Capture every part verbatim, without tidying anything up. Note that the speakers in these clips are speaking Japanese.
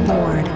Billboard.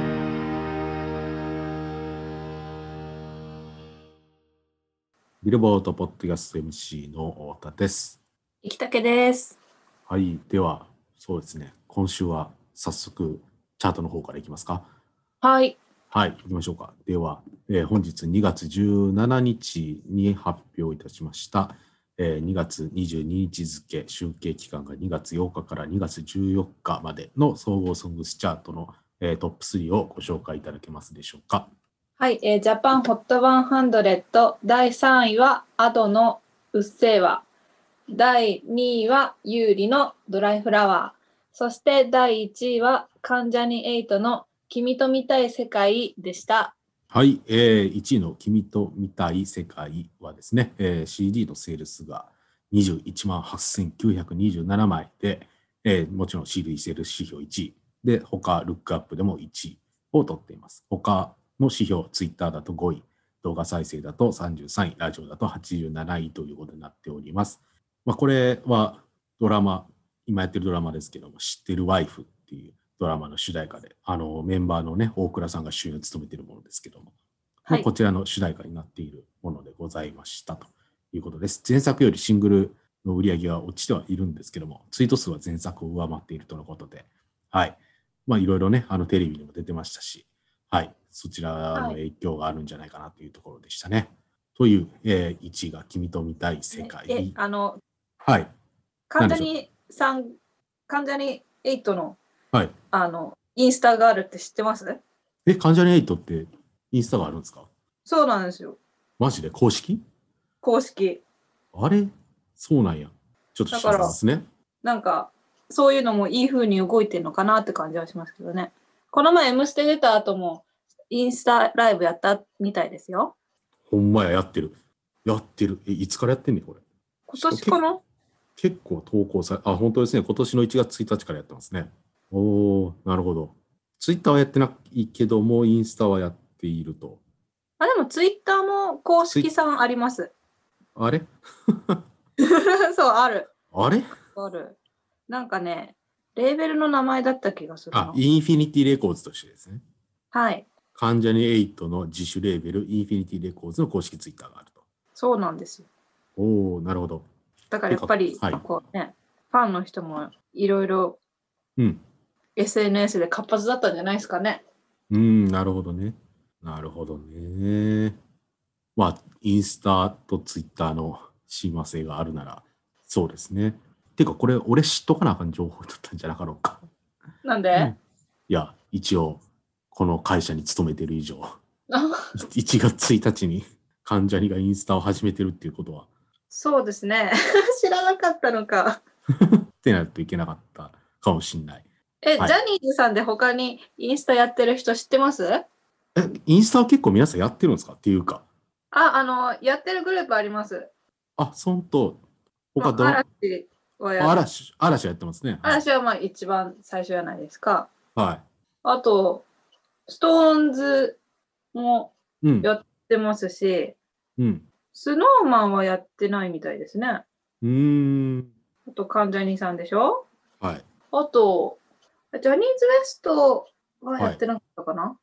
ビルボードポッドキャスト エムシー の太田です。 生竹です。 はい、ではそうですね、今週は早速チャートの方からいきますか。 はい。 はい、行きましょうか。では、えー、本日にがつじゅうしちにちに発表いたしました、えー、にがつにじゅうににち付集計期間がにがつようかからにがつじゅうよっかまでの総合ソングスチャートの、えー、トップスリーをご紹介いただけますでしょうか。 はい、えー、ジャパンホットひゃくだいさんいはアドのうっせぇわ、だいにいはユーリのドライフラワー、そしてだいいちいは関ジャニエイトの君と見たい世界でした。 はい、えー、いちいの君と見たい世界はですね、えー、シーディー のセールスがにじゅういちまんはっせんきゅうひゃくにじゅうななまいで、えー、もちろん シーディー セールス指標いちいで、他ルックアップでもいちいを取っています。他の指標、ツイッターだとごい、動画再生だとさんじゅうさんい、ラジオだとはちじゅうなないということになっております。まあ、これはドラマ、今やってるドラマですけども、知ってるワイフっていうドラマの主題歌で、あのメンバーのね、大倉さんが主演を務めているものですけども、はい、こちらの主題歌になっているものでございましたということです。前作よりシングルの売り上げは落ちてはいるんですけども、ツイート数は前作を上回っているとのことで、はい。まあいろいろね、あのテレビにも出てましたし、はい。そちらの影響があるんじゃないかなというところでしたね。はい、という、えー、いちいが君と見たい世界。 え、あの、 はい。 関ジャニさん、関ジャニエイトの、 はい。 あの、インスタがあるって知ってます？ え、関ジャニエイトってインスタがあるんですか？ そうなんですよ。 マジで公式？ 公式。 あれ？そうなんや。ちょっと調べますね。 なんか、そういうのもいい風に動いてるのかなって感じはしますけどね。この前 M ステ出た後もインスタライブやったみたいですよ。 ほんまや、やってる。やってる。え、いつからやってんねん、これ。 今年かな？ 結構投稿され、あ、本当ですね。今年のいちがつついたちからやってますね。おー、なるほど。ツイッターはやってないけども、インスタはやっていると。 あ、でもツイッターも公式さんあります。 あれそう、ある。 あれある。なんかね、レーベルの名前だった気がするな。 あ、インフィニティレコーズとしてですね。 はい。 関ジャニエイトの自主レーベル、インフィニティレコーズの公式ツイッターがあると。 そうなんですよ。 おー、なるほど。 だからやっぱり、はい、こうね、ファンの人もいろいろ エスエヌエス で活発だったんじゃないですかね。 うん、なるほどね。なるほどね。まあ、インスタとツイッターの親和性があるなら、そうですね。てか、これ、俺知っとかなあかん情報だったんじゃなかろうか。 なんで、 うん、いや、一応、この会社に勤めてる以上、いちがつついたちに関ジャニがインスタを始めてるっていうことは。 そうですね。知らなかったのか。 ってなるといけなかったかもしんない。 え、はい、ジャニーズさんで他にインスタやってる人知ってます？え、 インスタは結構皆さんやってるんですかっていうか。 あ、あの、やってるグループあります。 あ、そんと、 他ど、まあ、嵐はや嵐、嵐やってますね。 嵐はまあ一番最初じゃないですか。 はい。 あと、ストーンズもやってますし、 うん、 スノーマンはやってないみたいですね。 うーん。 あと、関ジャニさんでしょ？ はい。 あと、ジャニーズ ウエストはやってなかったかな、はい、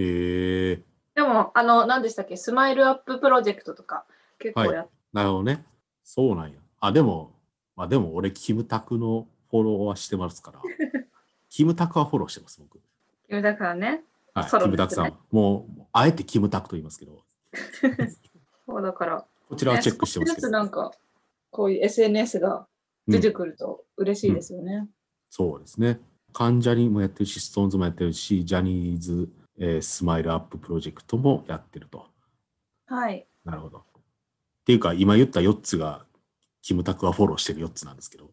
へえ。 でも、あの、何でしたっけ、スマイルアッププロジェクトとか結構やって、はい、 なるほどね。そうなんや。あ、でも、まあでも俺、キムタクのフォローはしてますから。キムタクはフォローしてます、僕。 キムタクはね。 はい、ね、キムタクさん。もう、あえてキムタクと言いますけど。 そうだから。 こちらはチェックしてますけど。 なんか、こういう エスエヌエス が出てくると嬉しいですよね。うんうん、 そうですね。関ジャニもやってるし、ストーンズもやってるし、ジャニーズ、えー、スマイルアッププロジェクトもやってると。 はい。 なるほど。っていうか、今言ったよっつが、キムタクはフォローしてるよっつなんですけど。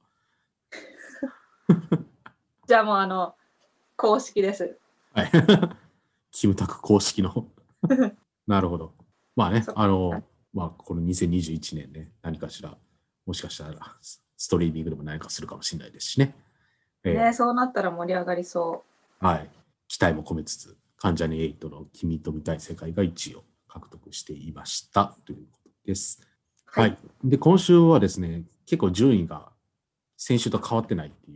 じゃあもう、あの、公式です。 はい。キムタク公式の。なるほど。まあね、あの、まあ、このにせんにじゅういちねんね、何かしら、もしかしたら、ストリーミングでも何かするかもしれないですしね。 えー、ね、そうなったら盛り上がりそう。 はい。期待も込めつつ、関ジャニエイトの君と見たい世界がいちいを獲得していましたということです。はい。はい、で、今週はですね、結構順位が先週と変わってないっていう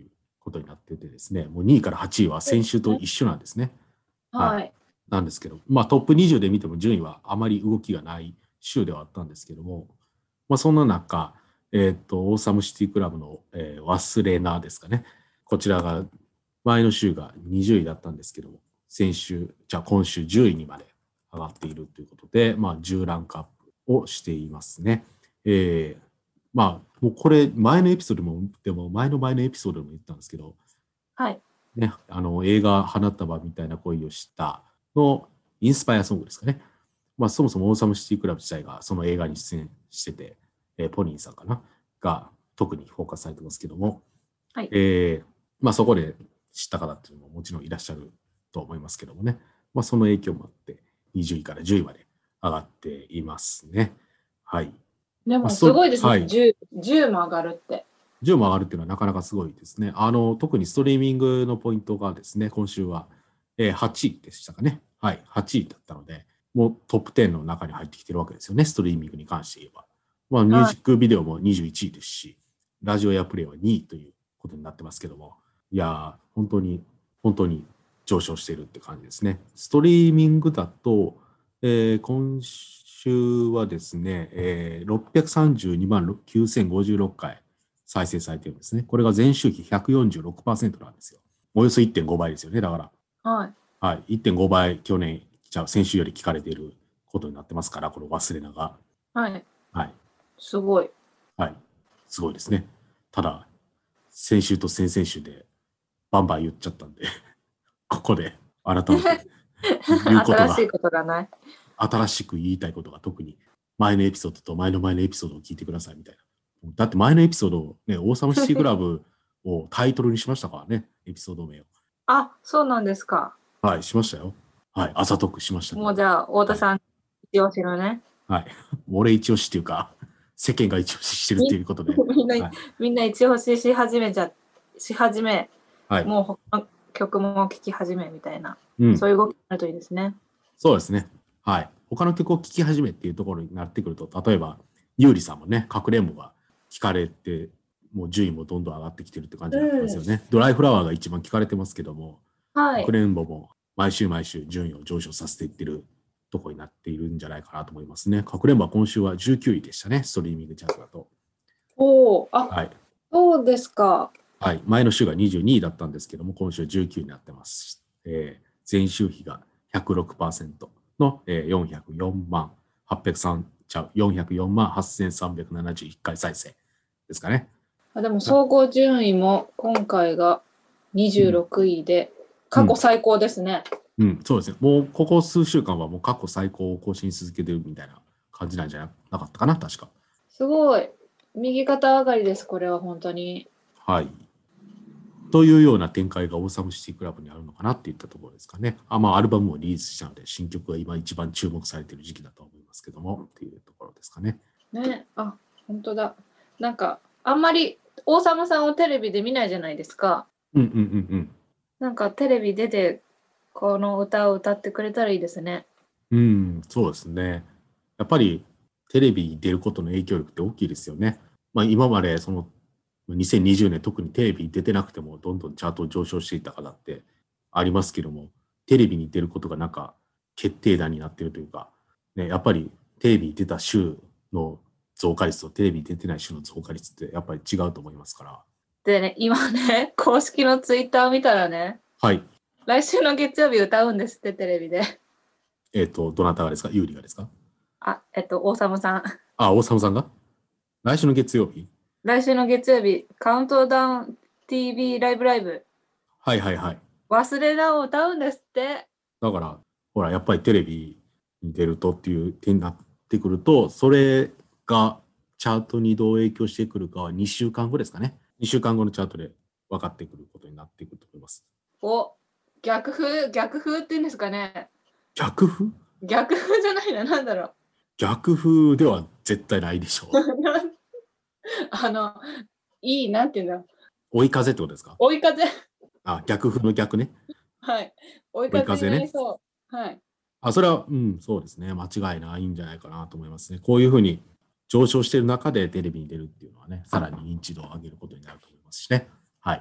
ことになっててですね、もうにいからはちいは先週と一緒なんですね。 はい。 はい。なんですけど、まあトップにじゅうで見ても順位はあまり動きがない週ではあったんですけども、まあそんな中、えっと、オーサムシティクラブの、えー、忘れなですかね。こちらが前の週がにじゅういだったんですけども、先週、じゃあ今週じゅういにまで上がっているということで、まあじゅうランクアップをしていますね。えー、まあもうこれ前のエピソードも、でも前の前のエピソードでも言ったんですけど、 はい。 ね、あの映画花束みたいな恋をしたのインスパイアソングですかね。まあそもそもオーサムシティクラブ自体がその映画に出演してて、えーポニーさんかなが特にフォーカスされてますけども、 はい。 えーまあそこで知った方っていうのももちろんいらっしゃると思いますけどもね、まあその影響もあってにじゅういからじゅういまで上がっていますね。はい。 でもまあそすごいですね。 はいじゅう、じゅうも上がるって。 じゅうも上がるっていうのはなかなかすごいですね。あの、特にストリーミングのポイントがですね、今週は、えーはちいでしたかね。はい、はちいだったので、もうトップじゅうの中に入ってきてるわけですよね、ストリーミングに関して言えば。まあ、ミュージックビデオもにじゅういちいですし、ラジオやプレイはにいということになってますけども、いやー、本当に、本当に上昇しているって感じですね。ストリーミングだと、えー今週はですね、えーろっぴゃくさんじゅうにまんきゅうせんごじゅうろっかい再生されてるんですね。これが前週比 ひゃくよんじゅうろくパーセント なんですよ。およそ いってんご 倍ですよね。だから、 はい。 はい、いってんご 倍去年、じゃあ先週より聞かれていることになってますから、この忘れなが。 はい。 はい。 すごい。 はい。すごいですね。ただ、先週と先々週でバンバン言っちゃったんで、ここで改めて言うことが、 新しいことがない。 新しく言いたいことが特に前のエピソードと前の前のエピソードを聞いてくださいみたいな。だって前のエピソードをね、オーサムシティクラブをタイトルにしましたからね、エピソード名を。 あ、そうなんですか。 はい、しましたよ。はい、朝トークしましたけど。 もうじゃあ、太田さん、一押しのね。 はい。俺一押しっていうか、世間が一押ししてるっていうことで。 みんな、 はい。 みんな一押しし始めちゃ、し始め、 はい、 もう他の曲も聴き始めみたいな、 うん、 そういう動きになるといいですね。 そうですね。はい。他の曲を聴き始めっていうところになってくると、例えば、ゆうりさんもね、かくれんぼが聴かれて、もう順位もどんどん上がってきてるって感じになってますよね。ドライフラワーが一番聴かれてますけども、 はい。 かくれんぼも毎週毎週順位を上昇させていってるところになっているんじゃないかなと思いますね。かくれんぼは今週はじゅうきゅういでしたね、ストリーミングチャートだと。 おお、あ、 はい。 そうですか。 はい、前の週がにじゅうにいだったんですけども、今週はじゅうきゅうになってます。えー、前週比が ひゃくろくパーセント の、えー、よんひゃくよんまんはっぴゃくさんちゃうよんひゃくよんまんはっせんさんびゃくななじゅういっかい再生ですかね。 あ、でも総合順位も今回がにじゅうろくいで、過去最高ですね。 うん、うん、そうですね。もうここ数週間はもう過去最高を更新し続けてるみたいな感じなんじゃなかったかな、確か。 すごい。右肩上がりです、これは本当に。 はい。というような展開がオーサムシティクラブにあるのかなっていったところですかね。あまあ、アルバムもリリースしたので、新曲が今一番注目されている時期だと思いますけども、っていうところですかね。 ね、あ、本当だ。なんか、あんまり王様さんをテレビで見ないじゃないですか。 うんうんうんうん。 なんかテレビ出て、この歌を歌ってくれたらいいですね。 うん、そうですね。やっぱりテレビに出ることの影響力って大きいですよね。まあ、今までそのにせんにじゅうねん特にテレビに出てなくてもどんどんチャート上昇していった方ってありますけども、テレビに出ることがなんか決定打になってるというか、ね、やっぱりテレビに出た週の増加率とテレビに出てない週の増加率ってやっぱり違うと思いますから。 でね、今ね、公式のツイッターを見たらね、 はい。 来週の月曜日歌うんですって、テレビで。 えっと、どなたがですか？有利がですか？ あ、えっと、王様さん。 あ、大沢さんが来週の月曜日？ 来週の月曜日、カウントダウン ティーブイ ライブライブ。 はいはいはい。 忘れなを歌うんですって。 だから、ほら、やっぱりテレビに出るとっていう点になってくると、それがチャートにどう影響してくるかはにしゅうかんごですかね。にしゅうかんごのチャートで分かってくることになってくると思います。 お、逆風、逆風って言うんですかね。 逆風？ 逆風じゃないな、なんだろう。 逆風では絶対ないでしょう。 あの、いい、なんていうんだ。 追い風ってことですか？ 追い風。 あ、逆風の逆ね。 はい。追い風になりそう。ね、はい。 あ、それは、うん、そうですね。間違いないんじゃないかなと思いますね。こういうふうに上昇している中でテレビに出るっていうのはね、さらに認知度を上げることになると思いますしね。はい。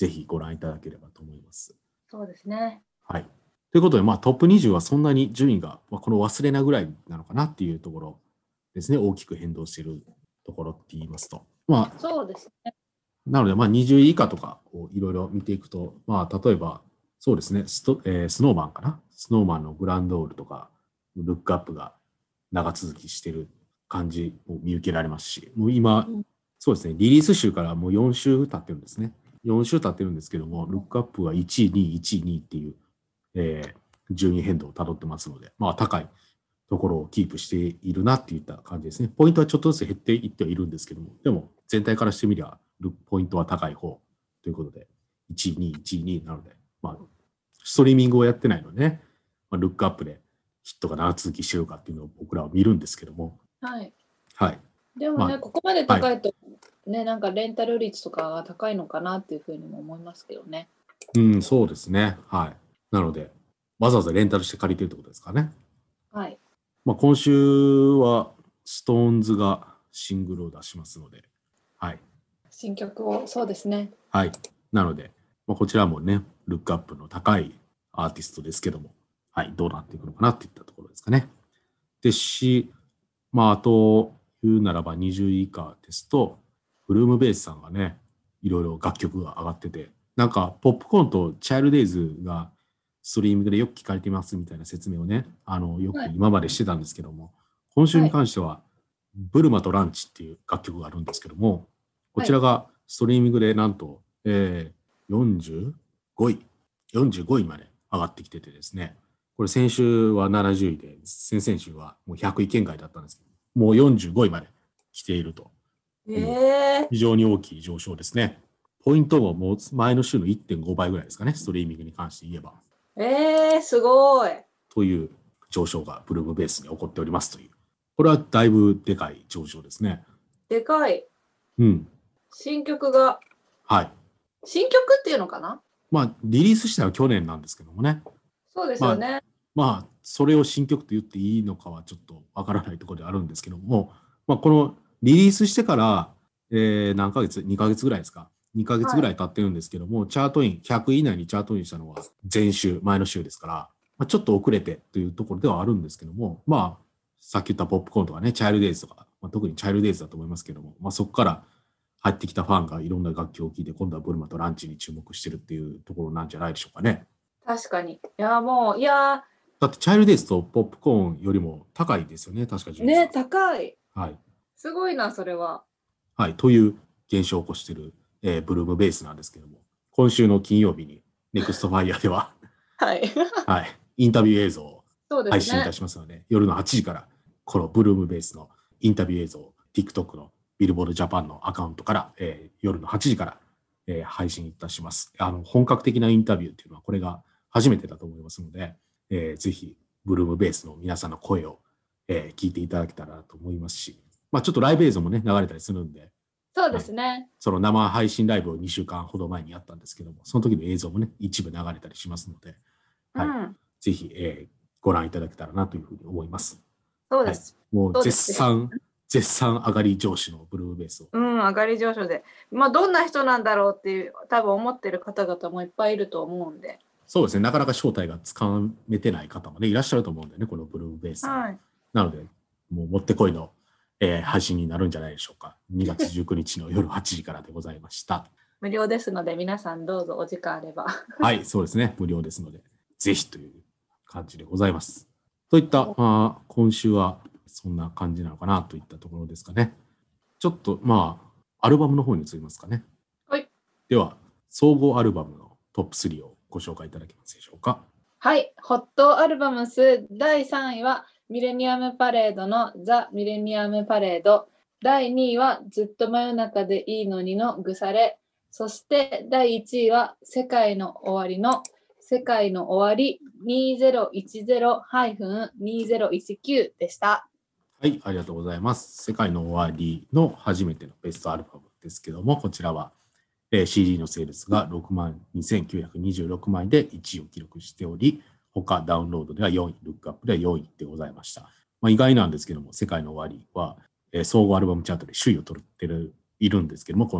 ぜひご覧いただければと思います。 そうですね。 はい。ということで、まあ、トップにじゅうはそんなに順位が、まあ、この忘れなぐらいなのかなっていうところですね。大きく変動しているところって言いますと。まあ、 そうですね。 なので、まあ、にじゅうい以下とかをいろいろ見ていくと、まあ、例えば、そうですね、スト、えースノーマンかな。スノーマンのグランドールとか、ルックアップが長続きしている感じを見受けられますし、もう今、 うん、 そうですね、リリース週からもうよん週経ってるんですね。よん週経ってるんですけども、ルックアップがいちい、にい、いちい、にいっていう、えー順位変動をたどってますので、まあ、高いところをキープしているなっていった感じですね。ポイントはちょっとずつ減っていってはいるんですけども、でも全体からしてみりゃ、ポイントは高い方ということで、いちい、にい、いちい、にいなので、まあ、ストリーミングをやってないのでね、まあ、ルックアップでヒットが長続きしてるかっていうのを僕らは見るんですけども、 はい。 はい。 でもね、 まあここまで高いと、ね、なんかレンタル率とかが高いのかなっていうふうにも思いますけどね。 うん、そうですね。はい。なので、わざわざレンタルして借りてるってことですかね。 はい。 まあ、今週は、ストーンズがシングルを出しますので、はい。 新曲を、そうですね。 はい。なので、まあ、こちらもね、ルックアップの高いアーティストですけども、はい、どうなっていくのかなっていったところですかね。ですし、まあ、あと、言うならばにじゅうい以下ですと、ブルームベースさんがね、いろいろ楽曲が上がってて、なんか、ポップコーンとチャイルデイズがストリーミングでよく聞かれてますみたいな説明をね、あの、よく今までしてたんですけども、今週に関しては、ブルマとランチっていう楽曲があるんですけども、こちらがストリーミングでなんと、えー、よんじゅうごい、よんじゅうごいまで上がってきててですね、これ先週はななじゅういで、先々週はもうひゃくい圏外だったんですけど、もうよんじゅうごいまで来ていると。 えー、 非常に大きい上昇ですね。ポイントももう前の週のいってんごばいぐらいですかね、ストリーミングに関して言えば。 えー、すごい。 という上昇がブルームベースに起こっておりますという。これはだいぶでかい上昇ですね。 でかい。 うん。 新曲が。 はい。 新曲っていうのかな？ まあ、リリースしたのは去年なんですけどもね。 そうですよね。 まあ、まあ、それを新曲と言っていいのかはちょっとわからないところであるんですけども、まあ、このリリースしてから、えー、何ヶ月 ?に ヶ月ぐらいですか。にかげつぐらい経ってるんですけども、はい、チャートイン、ひゃくい以内にチャートインしたのは前週、前の週ですから、まあ、ちょっと遅れてというところではあるんですけども、まあ、さっき言ったポップコーンとかね、チャイルデイズとか、まあ、特にチャイルデイズだと思いますけども、まあ、そこから入ってきたファンがいろんな楽器を聴いて、今度はブルマとランチに注目してるっていうところなんじゃないでしょうかね。 確かに。いや、もう、いや、 だってチャイルデイズとポップコーンよりも高いですよね、確か順位が。 ね、高い。 はい。 すごいな、それは。 はい。という現象を起こしている、えーブルームベースなんですけども、今週の金曜日にネクストファイヤーでは、 はい。 はい、インタビュー映像をそうですね。 配信いたしますので、夜のはちじから、このブルームベースのインタビュー映像を TikTok のビルボードジャパンのアカウントから、えー夜のはちじから、えー配信いたします。あの、本格的なインタビューっていうのはこれが初めてだと思いますので、えーぜひ、ブルームベースの皆さんの声を、えー聞いていただけたらなと思いますし、まあちょっとライブ映像もね、流れたりするんで、 そうですね。 その生配信ライブをにしゅうかんほど前にやったんですけども、その時の映像もね、一部流れたりしますので、はい。 うん、 ぜひ、えーご覧いただけたらなというふうに思います。 そうです。 はい、もう絶そう賛、絶賛上がり上司のブルームベースを。 うん、上がり上昇で。まあ、どんな人なんだろうっていう、多分思ってる方々もいっぱいいると思うんで。 そうですね、なかなか正体がつかめてない方もね、いらっしゃると思うんでね、このブルームベース。 はい。 なので、もうもってこいの、えー配信になるんじゃないでしょうか。にがつじゅうくにちの夜はちじからでございました。 無料ですので、皆さんどうぞお時間あれば。 はい、そうですね、無料ですので、ぜひという感じでございます。といった、まあ、今週はそんな感じなのかなといったところですかね。ちょっと、まあ、アルバムの方に移りますかね。 はい。 では、総合アルバムのトップスリーをご紹介いただけますでしょうか。 はい。ホットアルバムスだいさんいはミレニアムパレードのザ・ミレニアムパレード。だいにいはずっと真夜中でいいのにのぐされ。そしてだいいちいは世界の終わりの世界の終わりにせんじゅう にせんじゅうきゅうでした。 はい、ありがとうございます。世界の終わりの初めてのベストアルバムですけども、こちらは、えー、シーディー のセールスがろくまんにせんきゅうひゃくにじゅうろくまいでいちいを記録しており、他ダウンロードではよんい、ルックアップではよんいでございました。まあ、意外なんですけども、世界の終わりは、えー、総合アルバムチャートで首位を取ってるいるんですけども、今週。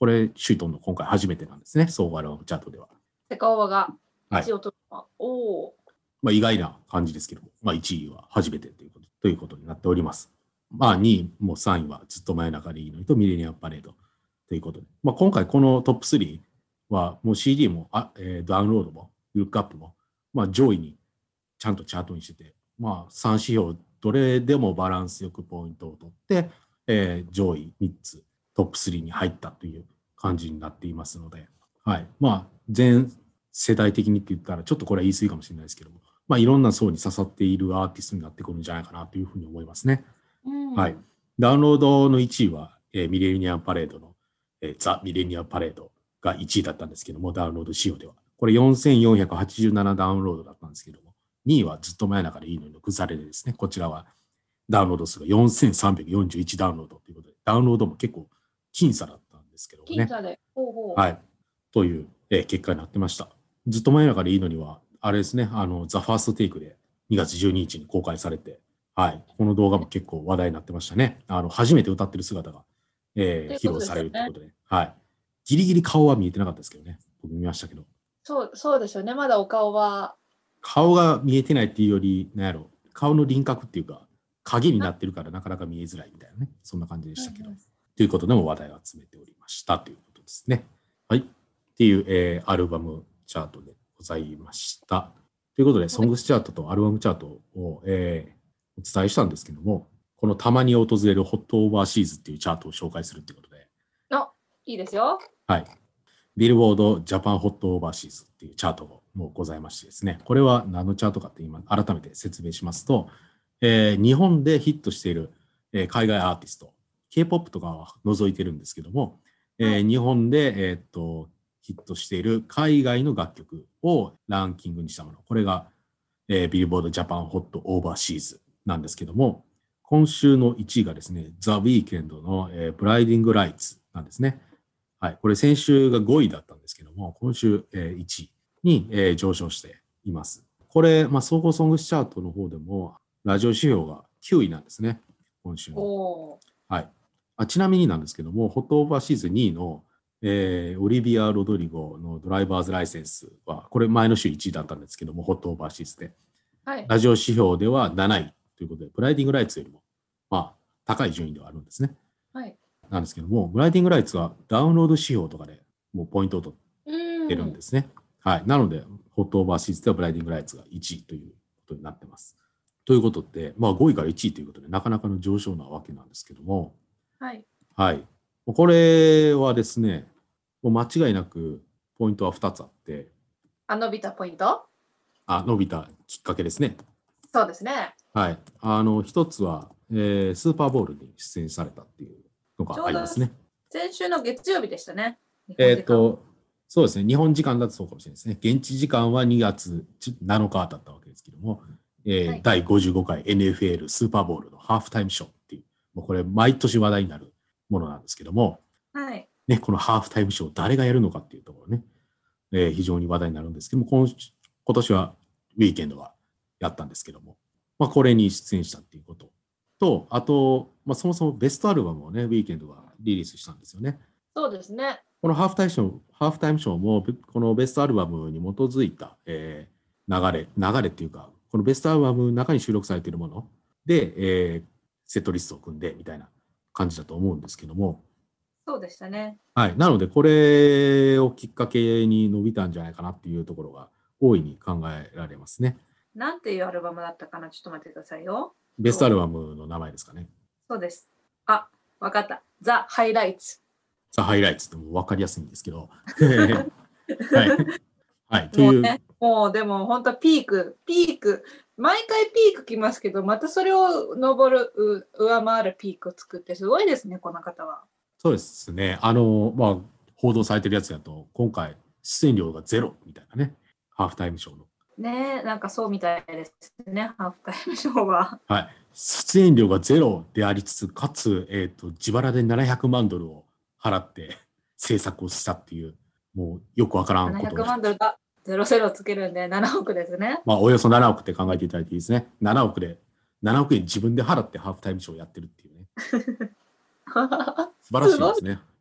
これ、首位との今回初めてなんですね、総合アルバムチャートでは。 セカオワがはいいちいを取るのは、おお。 まあ、意外な感じですけども、まあ、いちいは初めてということということになっております。まあ、にいもさんいはずっと真夜中でいいのにとミレニアムパレードということで、まあ、今回このトップスリーはもう シーディー もあ、えーダウンロードもルックアップも、まあ、上位にちゃんとチャートにしてて、まあ、さん指標どれでもバランスよくポイントを取って、えー上位みっつトップスリーに入ったという感じになっていますので、はい、まあ全世代的にって言ったらちょっとこれは言い過ぎかもしれないですけども、まあ、いろんな層に刺さっているアーティストになってくるんじゃないかなというふうに思いますね。 うんはい、ダウンロードのいちいは、えーミレニアムパレードの、えーザ・ミレニアムパレードがいちいだったんですけども、ダウンロード仕様では。これよんせんよんひゃくはちじゅうななダウンロードだったんですけども、にいはずっと真夜中でいいのにのグザレでですね、こちらはダウンロード数がよんせんさんびゃくよんじゅういちダウンロードということで、ダウンロードも結構僅差だったんですけどもね。 僅差で。ほうほう。 はい。という、えー結果になってました。ずっと真夜中でいいのには、あれですね、あの、ザ・ファーストテイクでにがつじゅうににちに公開されて、はい。この動画も結構話題になってましたね。あの、初めて歌ってる姿が、えー披露されるということで、はい。ギリギリ顔は見えてなかったですけどね。僕見ましたけど。 そうそうですよね。まだお顔は。 顔が見えてないっていうより、なんやろ、顔の輪郭っていうか、影になってるからなかなか見えづらいみたいなね。そんな感じでしたけど。 うんうんということでも話題を集めておりましたということですね。はい。っていう、えーアルバムチャートでございました。ということで、ソングスチャートとアルバムチャートを、えーお伝えしたんですけども、このたまに訪れるホットオーバーシーズっていうチャートを紹介するということで、 あ、いいですよ。 はい。ビルボードジャパンホットオーバーシーズっていうチャートもございましてですね、これは何のチャートかって今改めて説明しますと、えー日本でヒットしている、えー海外アーティスト、K-ポップ とかは除いてるんですけども、えーはい日本で、えーっとヒットしている海外の楽曲をランキングにしたもの、これが、えービルボードジャパンホットオーバーシーズなんですけども、今週のいちいがですね、ザ・ウィークエンドの、えー、ブライディング・ライツなんですね。はい、これ先週がごいだったんですけども、今週、えーいちいに、えー上昇しています。これ、まあ、総合ソングスチャートの方でも、ラジオ指標がきゅういなんですね、今週の。 おーはい、あちなみになんですけども、ホットオーバーシーズンにいの、えーオリビア・ロドリゴのドライバーズ・ライセンスは、これ前の週いちいだったんですけども、ホットオーバーシーズンで。 はい。 ラジオ指標ではなないということで、ブライディング・ライツよりも、まあ、高い順位ではあるんですね。 はい。 なんですけども、ブライディング・ライツはダウンロード指標とかでもうポイントを取うん。 ってるんですね。はい。なので、ホットオーバーシーズンではブライディング・ライツがいちいということになってます。ということで、まあごいからいちいということで、なかなかの上昇なわけなんですけども、 はい。 はい。これはですね、もう間違いなくポイントはふたつあって、 あ、伸びたポイント。 あ、伸びたきっかけですね。 そうですね。 はい。あの、一つは、えースーパーボールに出演されたっていうのがありますね。 先週の月曜日でしたね。 えっ、と、そうですね、日本時間だとそうかもしれないですね。現地時間はにがつなのかだったわけですけども、えーはいだいごじゅうごかい エヌエフエル スーパーボールのハーフタイムショーっていう、もうこれ毎年話題になるものなんですけども、 はい。 ね、このハーフタイムショー誰がやるのかっていうところね、えー非常に話題になるんですけども、今今年はウィーケンドはやったんですけども、まあ、これに出演したっていうことと、あと、まあ、そもそもベストアルバムをね、ウィーケンドがリリースしたんですよね。 そうですね。 このハーフタイムショー、ハーフタイムショーも、このベストアルバムに基づいた、えー流れ、流れっていうか、このベストアルバムの中に収録されているもので、えーセットリストを組んでみたいな感じだと思うんですけども、 そうでしたね。 はい。なので、これをきっかけに伸びたんじゃないかなっていうところが大いに考えられますね。 なんていうアルバムだったかな。ちょっと待ってくださいよ。 ベストアルバムの名前ですかね。 そうです。あ、わかった。ザ・ハイライツ。 ザ・ハイライツっても分かりやすいんですけど。はい。はい。という、 もうね、もうでも本当ピーク、ピーク、毎回ピーク来ますけど、またそれを登る、う上回るピークを作ってすごいですね、この方は。 そうですね。あの、まあ、報道されてるやつだと、今回、出演料がゼロみたいなね。ハーフタイムショーの。 ねえ、なんかそうみたいですね、ハーフタイムショーは。 はい。出演料がゼロでありつつ、かつ、えっ、と、自腹でななひゃくまんドルを払って制作をしたっていう、もうよくわからんことななひゃくまんドルがゼロゼロつけるんでななおくですね。 まあ、およそななおくって考えていただいていいですね。ななおくで、ななおく円自分で払ってハーフタイムショーをやってるっていうね。素晴らしいですね。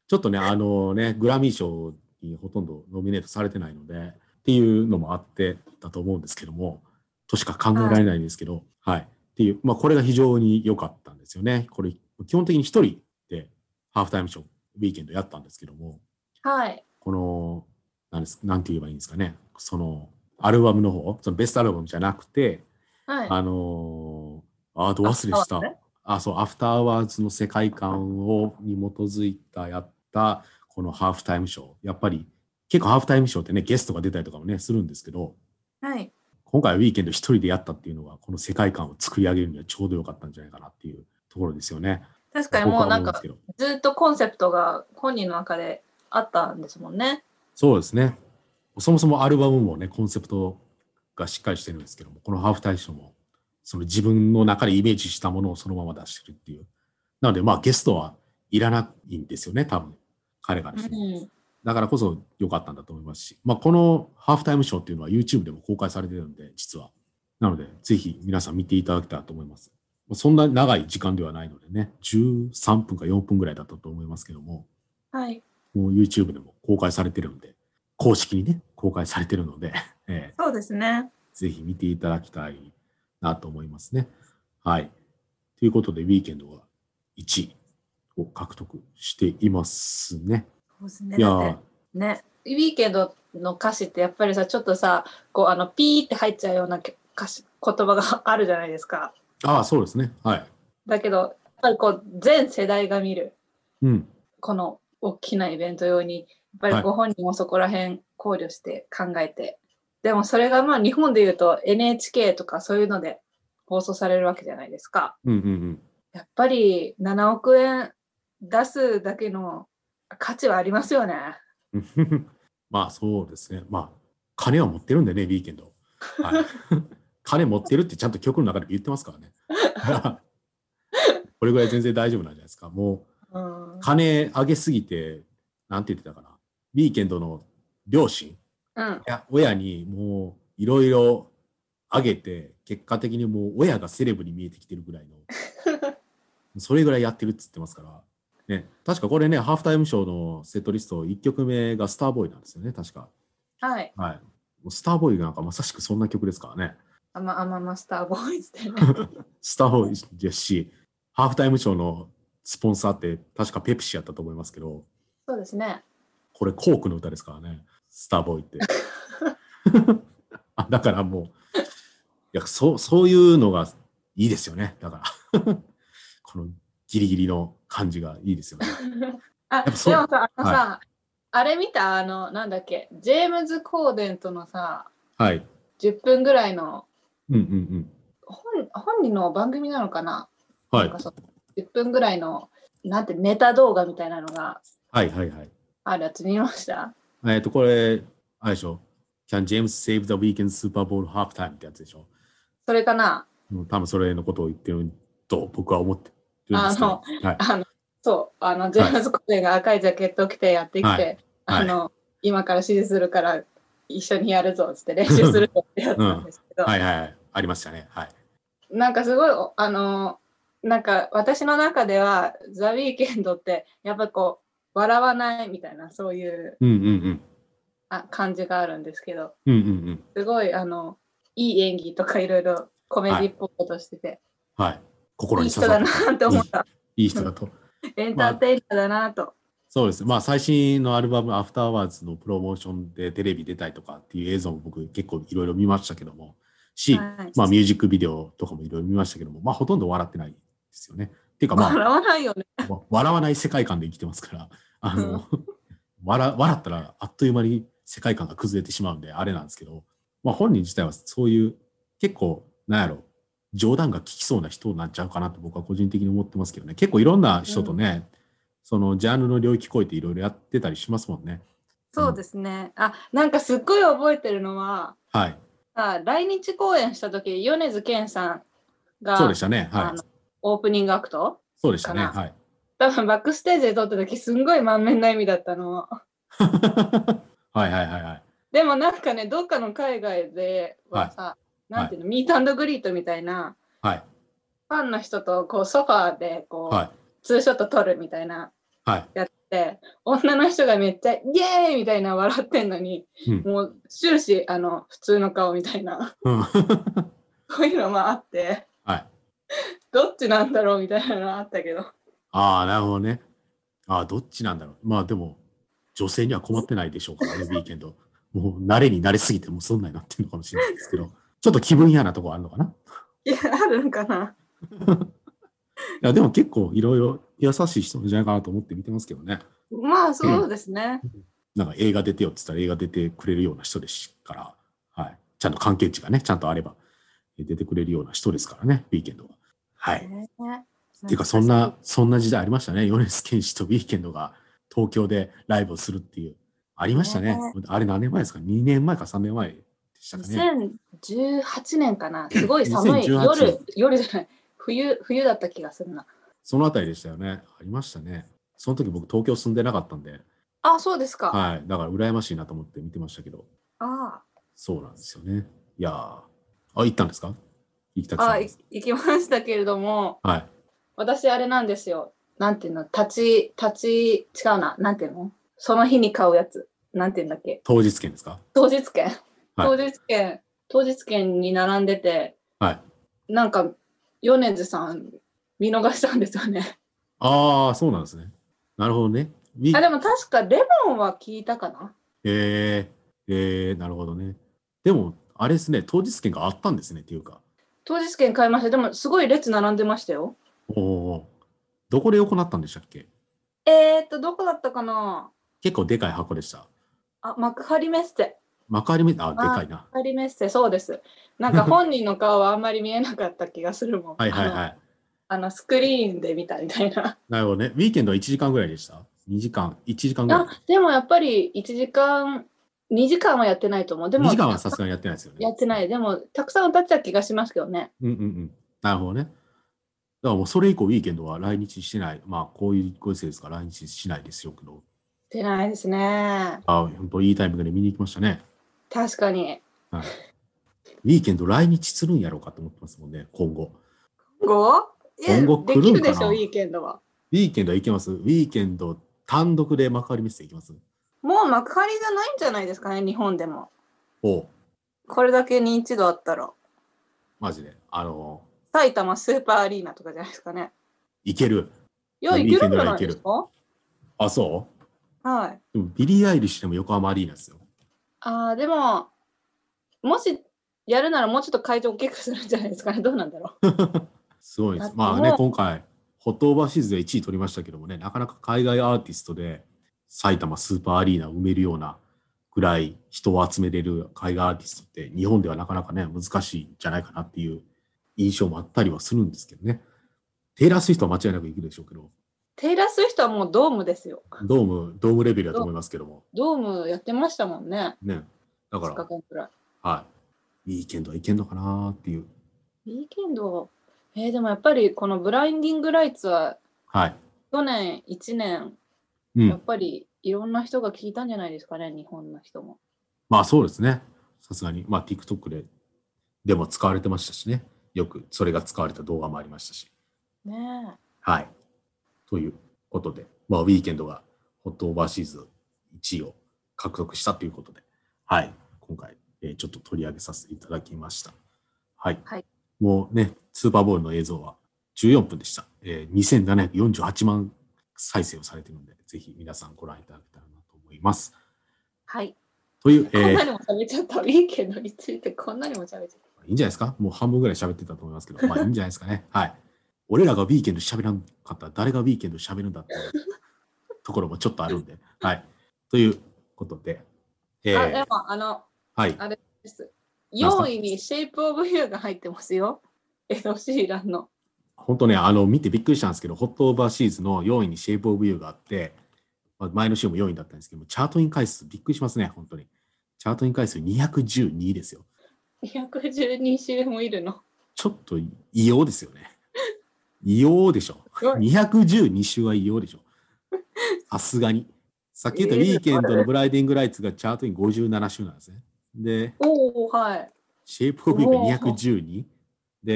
ちょっとね、あのね、グラミー賞にほとんどノミネートされてないので、っていうのもあってだと思うんですけども、としか考えられないんですけど、はい。っていう、まあ、これが非常に良かったんですよね。これ、基本的に一人でハーフタイムショー、ウィーケンドやったんですけども、 はい。 この、なんです、なんて言えばいいんですかね。その、アルバムの方、そのベストアルバムじゃなくて、 はい。 あのー、あー、どア忘れした。 フターワークね。 あ、そう、アフターアワーズの世界観を、に基づいた、やった、このハーフタイムショー。やっぱり、結構ハーフタイムショーってね、ゲストが出たりとかもね、するんですけど、 はい。 今回はウィーケンド一人でやったっていうのは、この世界観を作り上げるにはちょうどよかったんじゃないかなっていうところですよね。 確かに僕はもうなんか思うんですけど。 ずっとコンセプトが本人の中であったんですもんね。 そうですね。そもそもアルバムもね、コンセプトがしっかりしてるんですけども、このハーフタイムショーも、その自分の中でイメージしたものをそのまま出してるっていう。なので、まあゲストはいらないんですよね、多分。彼からしても。 うん。 だからこそ良かったんだと思いますし、まあこのハーフタイムショーっていうのは YouTube でも公開されてるんで、実は。なので、ぜひ皆さん見ていただけたらと思います。そんな長い時間ではないのでね、じゅうさんぷんかよんぷんぐらいだったと思いますけども、 はい。 もう YouTube でも公開されてるんで、公式にね、公開されてるので、えーそうですね。 ぜひ見ていただきたいなと思いますね。はい。ということで、ウィーケンドがいちいを獲得していますね。 そうですね。 いやだってー、 ね、ウィーケンドの歌詞ってやっぱりさ、ちょっとさ、こうあのピーって入っちゃうような歌詞、言葉があるじゃないですか。 ああ、そうですね。はい。 だけど、やっぱりこう全世代が見るうん。 この大きなイベント用に、やっぱりはい。 ご本人もそこら辺考慮して考えて、でもそれがまあ日本で言うと エヌエイチケー とかそういうので放送されるわけじゃないですか。 うんうんやっぱりななおくえん出すだけの価値はありますよね。 うん。まあ、そうですね。まあ、金は持ってるんでね、ウィーケンド。はい。金持ってるってちゃんと曲の中で言ってますからね。これぐらい全然大丈夫なんじゃないですか。もう、 うん。 金上げすぎて、なんて言ってたかな。ウィーケンドの両親、 うん。 や親にもういろいろ上げて、結果的にもう親がセレブに見えてきてるぐらいの、それぐらいやってるっつってますから。ね、確かこれね、ハーフタイムショーのセットリストいっきょくめがスターボーイなんですよね、確か。 はい。 はい。もうスターボーイがなんかまさしくそんな曲ですからね。 アマアママスターボーイズでね。 スターボーイですし、ハーフタイムショーのスポンサーって確かペプシやったと思いますけど、 そうですね。 これコークの歌ですからね、スターボーイって。あだからもう、いやそうそういうのがいいですよね。だからこのギリギリの感じがいいですよね。 あ、 やっぱそう。 でもさ、あのはい。 さ、あれ見た、あの、なんだっけ、ジェームズ・コーデンとのさ、 はい。 じゅっぷんぐらいのうんうんうん。 本本人の番組なのかな、なはい。 んかそうじゅっぷんぐらいのなんてネタ動画みたいなのがはいはいはい。 あるやつ見ました？ えっと、これ、あれでしょ。Can James save the weekend Super Bowl halftime ってやつでしょ。 それかな。 うん、多分それのことを言ってると僕は思ってるんですけど。 あの、 はい。 あのそうあのジェはい。 ームズ・コーデンが赤いジャケットを着てやってきはい。 て、 はい。 あの今から指示するから一緒にやるぞっつって練習するぞってやつうん。 なんですけど、 はいはいはい。ありましたね。はい。 なんかすごいあのなんか私の中ではザ・ウィーケンドってやっぱこう笑わないみたいなそういううんうんうん。 あ感じがあるんですけど、 うんうんうん。 すごいあのいい演技とかいろいろコメディっぽいことしてて、 はい。心いいに刺さって人だなって思った。 いい、いい人だと。 エンタまあ、 ーテイナーだなと。 そうです。まあ、最新のアルバム、アフターワーズのプロモーションでテレビ出たりとかっていう映像も僕結構いろいろ見ましたけども、し、 はい、 まあ、ミュージックビデオとかもいろいろ見ましたけども、まあ、ほとんど笑ってないですよね。っていうか、ま笑わないよね。 あ、わ笑わない世界観で生きてますから、あの、笑笑ったらあっという間に世界観が崩れてしまうんで、あれなんですけど、まあ、本人自体はそういう結構、なんやろ、冗談が聞きそうな人になっちゃうかなと僕は個人的に思ってますけどね。結構いろんな人とね、うん、そのジャンルの領域超えていろいろやってたりしますもんね。 そうですね。うん、あ、なんかすっごい覚えてるのは、 はい。 あ来日公演した時、米津玄さんが、 そうでしたね。はい。 あのオープニングアクトそうでしたね。はい。 多分バックステージで撮った時、すんごい満面の笑みだったの。 はいはいはいはい。 でもなんかね、どっかの海外ではさ、はい、なんていうの、はい、ミート&グリートみたいな、 はい、 ファンの人とこうソファーでこう、はい、ツーショット撮るみたいな、 はい、 やってて、女の人がめっちゃイエーイみたいな笑ってんのに、 うん。 もう終始あの普通の顔みたいな、 うん。 そういうのもあって、 はい。 どっちなんだろうみたいなのあったけど。 ああ、なるほどね。ああ、どっちなんだろう。まあでも、女性には困ってないでしょうからね、ウィーケンド。もう慣れに慣れすぎて、もうそんなになってるのかもしれないですけど、ちょっと気分嫌なとこあるのかな。 いや、あるんかな。 いや、でも結構いろいろ優しい人じゃないかなと思って見てますけどね。 まあそうですね。 なんか映画出てよって言ったら映画出てくれるような人ですから、はい。ちゃんと関係値がね、ちゃんとあれば出てくれるような人ですからね、ウィーケンドは。はい。 ね、 っていうか、そんな、そんな時代ありましたね。米津玄師とウィーケンドが東京でライブをするっていう。ありましたね。 ね、 あれ何年前ですか？ に 年前かさんねんまえでしたかね。 にせんじゅうはちねんかな。すごい寒いにせんじゅうはち夜、夜じゃない、冬、冬だった気がするな。 そのあたりでしたよね。ありましたね。その時僕東京住んでなかったんで、 あ、そうですか。 はい。だから羨ましいなと思って見てましたけど、 あそうなんですよね。いやー、あ、行ったんですか？行きたくさあ、 んです。 行きましたけれども、 はい。 私あれなんですよ。なんていうの、立ち、立ち、違うな。なんていうの、その日に買うやつ。なんていうんだっけ。 当日券ですか？ 当日券。 はい。 当日券、当日券に並んでて、 はい。 なんか、米津さん見逃したんですよね。 ああ、そうなんですね。なるほどね。 あ、 みでも確かレモンは聞いたかな。 えー、えー、なるほどね。でも、あれですね、当日券があったんですね、っていうか。 当日券買いました。でもすごい列並んでましたよ。 おお、どこで行ったんでしたっけ？ えーっと、どこだったかな。 結構でかい箱でした。 あ、幕張メッセ。 幕張メあ、でかあ、 いな。 幕張メッセ、そうです。なんか本人の顔はあんまり見えなかった気がするもん。 はいあの、 はいはい。 あのスクリーンで見たみたいな。 なるほどね。ウィーケンドはいちじかんぐらいでした？ に 時間、いちじかんぐらい。 あ、でもやっぱりいちじかん、にじかんはやってないと思う。でにじも、 かんはさすがにやってないですよね。 やってない。でも、たくさん歌ってた気がしますけどね。 うんうんうん。なるほどね。だからもうそれ以降、ウィーケンドは来日してない。まあ、こういうご時世ですから来日しないですよけど。 出ないですね。 あ、本当いいタイミングで見に行きましたね。 確かに。 はい。ウィーケンド来日するんやろうかと思ってますもんね、今後。 今後いや、 今後で来るんかな？ きるでしょ、ウィーケンドは。 ウィーケンド行けます？ウィーケンド単独で幕張メッセ行きます？ もう幕張じゃないんじゃないですかね、日本でも。 おう、 これだけ認知度あったら。 マジで。あの、 埼玉スーパーアリーナとかじゃないですかね。 行ける。 いや、 もうウィーケンいけるんじゃないドなら行ける。 ですか。 あ、そはい。 う？でもビリー・アイリッシュでも横浜アリーナですよ。 ああ、でも、もしやるならもうちょっと会場大きくするんじゃないですかね。どうなんだろう。 すごいです。 だってまあね、 もう、 今回、ホットオーバーシーズでいちい取りましたけどもね、なかなか海外アーティストで埼玉スーパーアリーナを埋めるようなぐらい人を集めれる海外アーティストって日本ではなかなかね、難しいんじゃないかなっていう印象もあったりはするんですけどね。テイラー・スウィフトは間違いなく行くでしょうけど、 テイラー・スウィフトはもうドームですよ。 ドーム、ドームレベルだと思いますけども。 ドームやってましたもんね。 ね。だか 2 ら、 日間くらい。 はい。ウィーケンドはいけんのかなっていう。 ウィーケンド、えー、でもやっぱりこのブラインディング・ライツははい。 去年いちねん、やっうん。 ぱりいろんな人が聞いたんじゃないですかね、日本の人も。 まあそうですね。さすがに。まあ TikTok で、でも使われてましたしね。よくそれが使われた動画もありましたし。 ねはい。ということで、まあウィーケンドがホットオーバーシーズいちいを獲得したということで、はい。今回、えーちょっと取り上げさせていただきました。はい。 はい。 もうね、スーパーボールの映像はじゅうよんぷんでした。えー、にせんななひゃくよんじゅうはちまん再生をされているので、ぜひ皆さんご覧いただけたらなと思います。 はい。 という、 こんえーなにも喋っちゃった。ウィーケンドについてこんなにも喋っちゃった。 いいんじゃないですか？もう半分ぐらい喋ってたと思いますけど、まあいいんじゃないですかね。はい。俺らがウィーケンド喋らんかったら誰がウィーケンド喋るんだっていうところもちょっとあるんで。はい。ということで、えあ、でー、 も、あの、 はい。 あれです。 なんすか？ よんいにシェイプオブユーが入ってますよ。エド・シーランの。 本当ね、あの、見てびっくりしたんですけど、ホットオーバーシーズのよんいにシェイプオブユーがあって、まあ前の週もよんいだったんですけども、チャートイン回数びっくりしますね、本当に。チャートイン回数にひゃくじゅうにですよ。 にひゃくじゅうに週もいるの。 ちょっと異様ですよね。異様でしょ。にひゃくじゅうに週は異様でしょ。さすがに。さっき言ったウィーケンドのブライディングライツがチャートインごじゅうなな週なんですね。で、 おお、はい。 シェイプオブビーがにひゃくじゅうにで、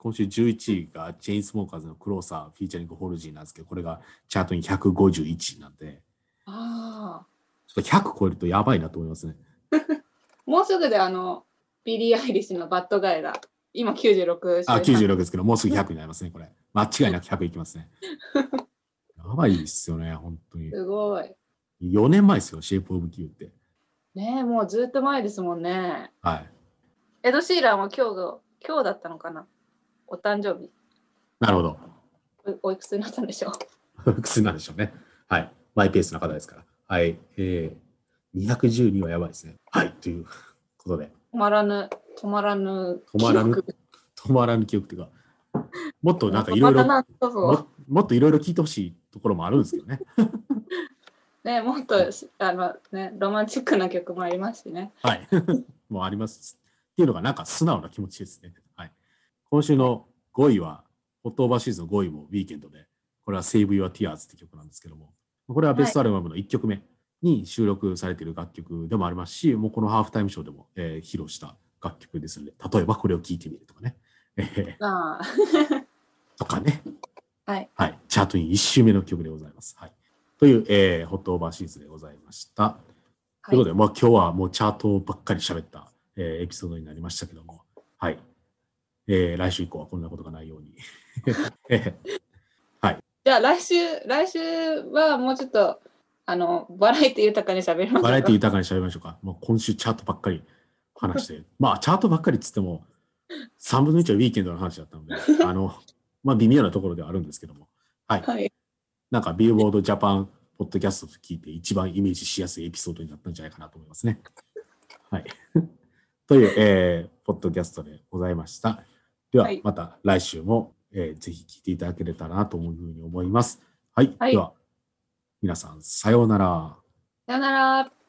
今週じゅういちいがチェインスモーカーズのクローサーフィーチャリングホルジーなんですけど、これがチャートにひゃくごじゅういちなんで、 ああ。 ちょっとひゃく超えるとやばいなと思いますね。 もうすぐであの、ビリー・アイリッシュのバッドガイが、今きゅうじゅうろく。 あ、きゅうじゅうろくですけど、もうすぐひゃくになりますね、これ。間違いなくひゃくいきますね。やばいですよね、本当に。 すごい。 よねんまえですよ、シェイプオブキューって。 ねえ、もうずっと前ですもんね。 はい。 エド・シーランは今日が、今日だったのかな、お誕生日。 なるほど。 お、おいくつになったんでしょう。 おいくつなんでしょうね。はい。マイペースな方ですから。はい。えー、にひゃくじゅうにはやばいですね。はい。ということで。 止まらぬ、止まらぬ止まらぬ、止まらぬ記憶っていうか、もっとなんかいろいろ、もっといろいろ聞いてほしいところもあるんですけどね。 ね、もっとあの、ね、ロマンチックな曲もありますしね。 はい。もうあります。っていうのがなんか素直な気持ちですね。はい。今週のごいは、ホットオーバーシーズンのごいもウィーケンドで、これは Save Your Tears って曲なんですけども、これはベストアルバムのいっきょくめに収録されている楽曲でもありますし、もうこのハーフタイムショーでも、えー、披露した楽曲ですので、例えばこれを聴いてみるとかね。えー、 あとかね。 はい。 はい。チャートインいち週目の曲でございます。はい。という、えー、ホットオーバーシーズンでございました。はい、ということで、まあ、今日はもうチャートばっかり喋った、えー、エピソードになりましたけども、はい。えー、来週以降はこんなことがないように。はい。 じゃあ来週、来週はもうちょっと、あの、バラエティ豊かに喋りましょうか。 バラエティ豊かに喋りましょうか。もう今週チャートばっかり話して、まあ、チャートばっかりっつっても、さんぶんのいちはウィーケンドの話だったので、あの、まあ、微妙なところではあるんですけども、はい。はい、なんか、ビルボードジャパンポッドキャストと聞いて一番イメージしやすいエピソードになったんじゃないかなと思いますね。はい。という、えー、ポッドキャストでございました。では、また来週も、えー、ぜひ聞いていただければなというふうに思います。はい。はい、では、皆さん、さようなら。 さようなら。